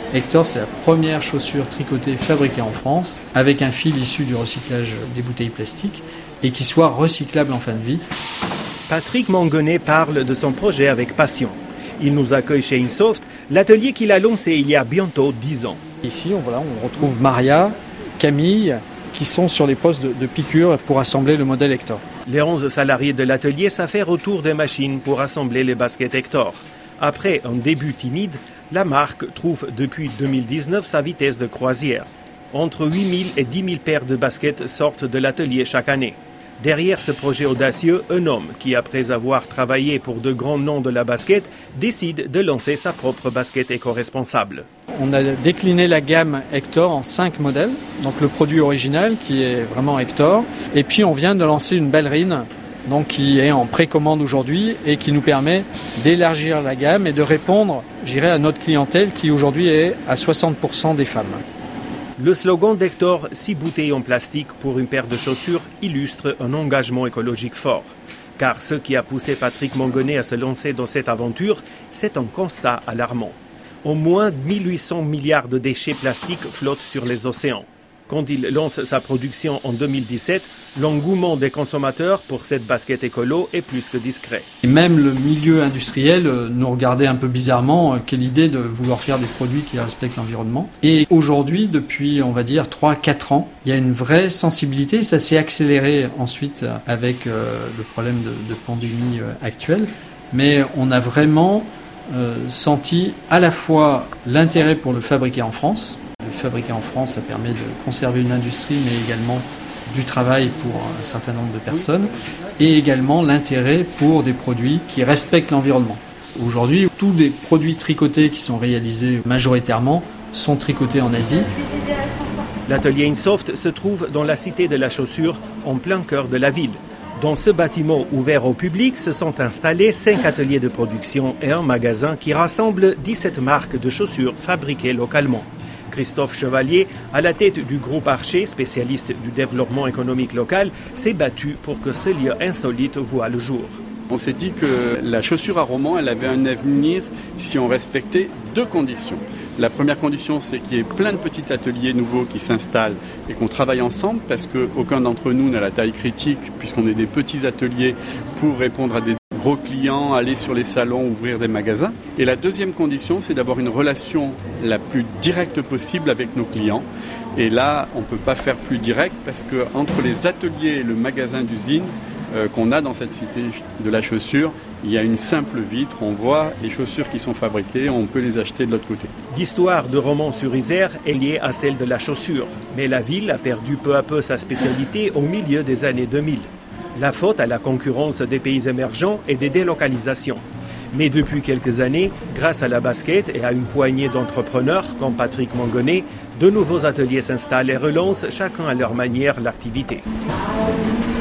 Hector, c'est la première chaussure tricotée fabriquée en France avec un fil issu du recyclage des bouteilles plastiques et qui soit recyclable en fin de vie. Patrick Mangonnet parle de son projet avec passion. Il nous accueille chez Insoft, l'atelier qu'il a lancé il y a bientôt 10 ans. Ici, on retrouve Maria, Camille, qui sont sur les postes de piqûre pour assembler le modèle Hector. Les 11 salariés de l'atelier s'affairent autour des machines pour assembler les baskets Hector. Après un début timide, la marque trouve depuis 2019 sa vitesse de croisière. Entre 8 000 et 10 000 paires de baskets sortent de l'atelier chaque année. Derrière ce projet audacieux, un homme qui, après avoir travaillé pour de grands noms de la basket, décide de lancer sa propre basket éco-responsable. On a décliné la gamme Hector en 5 modèles. Donc le produit original qui est vraiment Hector. Et puis on vient de lancer une ballerine donc qui est en précommande aujourd'hui et qui nous permet d'élargir la gamme et de répondre, à notre clientèle qui aujourd'hui est à 60% des femmes. Le slogan d'Hector, 6 bouteilles en plastique pour une paire de chaussures, illustre un engagement écologique fort. Car ce qui a poussé Patrick Mangonnet à se lancer dans cette aventure, c'est un constat alarmant. Au moins 1800 milliards de déchets plastiques flottent sur les océans. Quand il lance sa production en 2017, l'engouement des consommateurs pour cette basket écolo est plus que discret. Et même le milieu industriel nous regardait un peu bizarrement. Quelle idée de vouloir faire des produits qui respectent l'environnement. Et aujourd'hui, depuis, on va dire, 3-4 ans, il y a une vraie sensibilité. Ça s'est accéléré ensuite avec le problème de pandémie actuelle. Mais on a vraiment senti à la fois l'intérêt pour le fabriquer en France. Le fabriquer en France, ça permet de conserver une industrie, mais également du travail pour un certain nombre de personnes, et également l'intérêt pour des produits qui respectent l'environnement. Aujourd'hui, tous les produits tricotés qui sont réalisés majoritairement sont tricotés en Asie. L'atelier Insoft se trouve dans la cité de la chaussure, en plein cœur de la ville. Dans ce bâtiment ouvert au public se sont installés 5 ateliers de production et un magasin qui rassemble 17 marques de chaussures fabriquées localement. Christophe Chevalier, à la tête du groupe Archer, spécialiste du développement économique local, s'est battu pour que ce lieu insolite voie le jour. On s'est dit que la chaussure à Romans, elle avait un avenir si on respectait 2 conditions. La première condition, c'est qu'il y ait plein de petits ateliers nouveaux qui s'installent et qu'on travaille ensemble parce qu'aucun d'entre nous n'a la taille critique puisqu'on est des petits ateliers pour répondre à des gros clients, aller sur les salons, ouvrir des magasins. Et la deuxième condition, c'est d'avoir une relation la plus directe possible avec nos clients. Et là, on ne peut pas faire plus direct parce qu'entre les ateliers et le magasin d'usine qu'on a dans cette cité de la chaussure, il y a une simple vitre, on voit les chaussures qui sont fabriquées, on peut les acheter de l'autre côté. L'histoire de Romans-sur-Isère est liée à celle de la chaussure, mais la ville a perdu peu à peu sa spécialité au milieu des années 2000. La faute à la concurrence des pays émergents et des délocalisations. Mais depuis quelques années, grâce à la basket et à une poignée d'entrepreneurs comme Patrick Mangonnet, de nouveaux ateliers s'installent et relancent chacun à leur manière l'activité.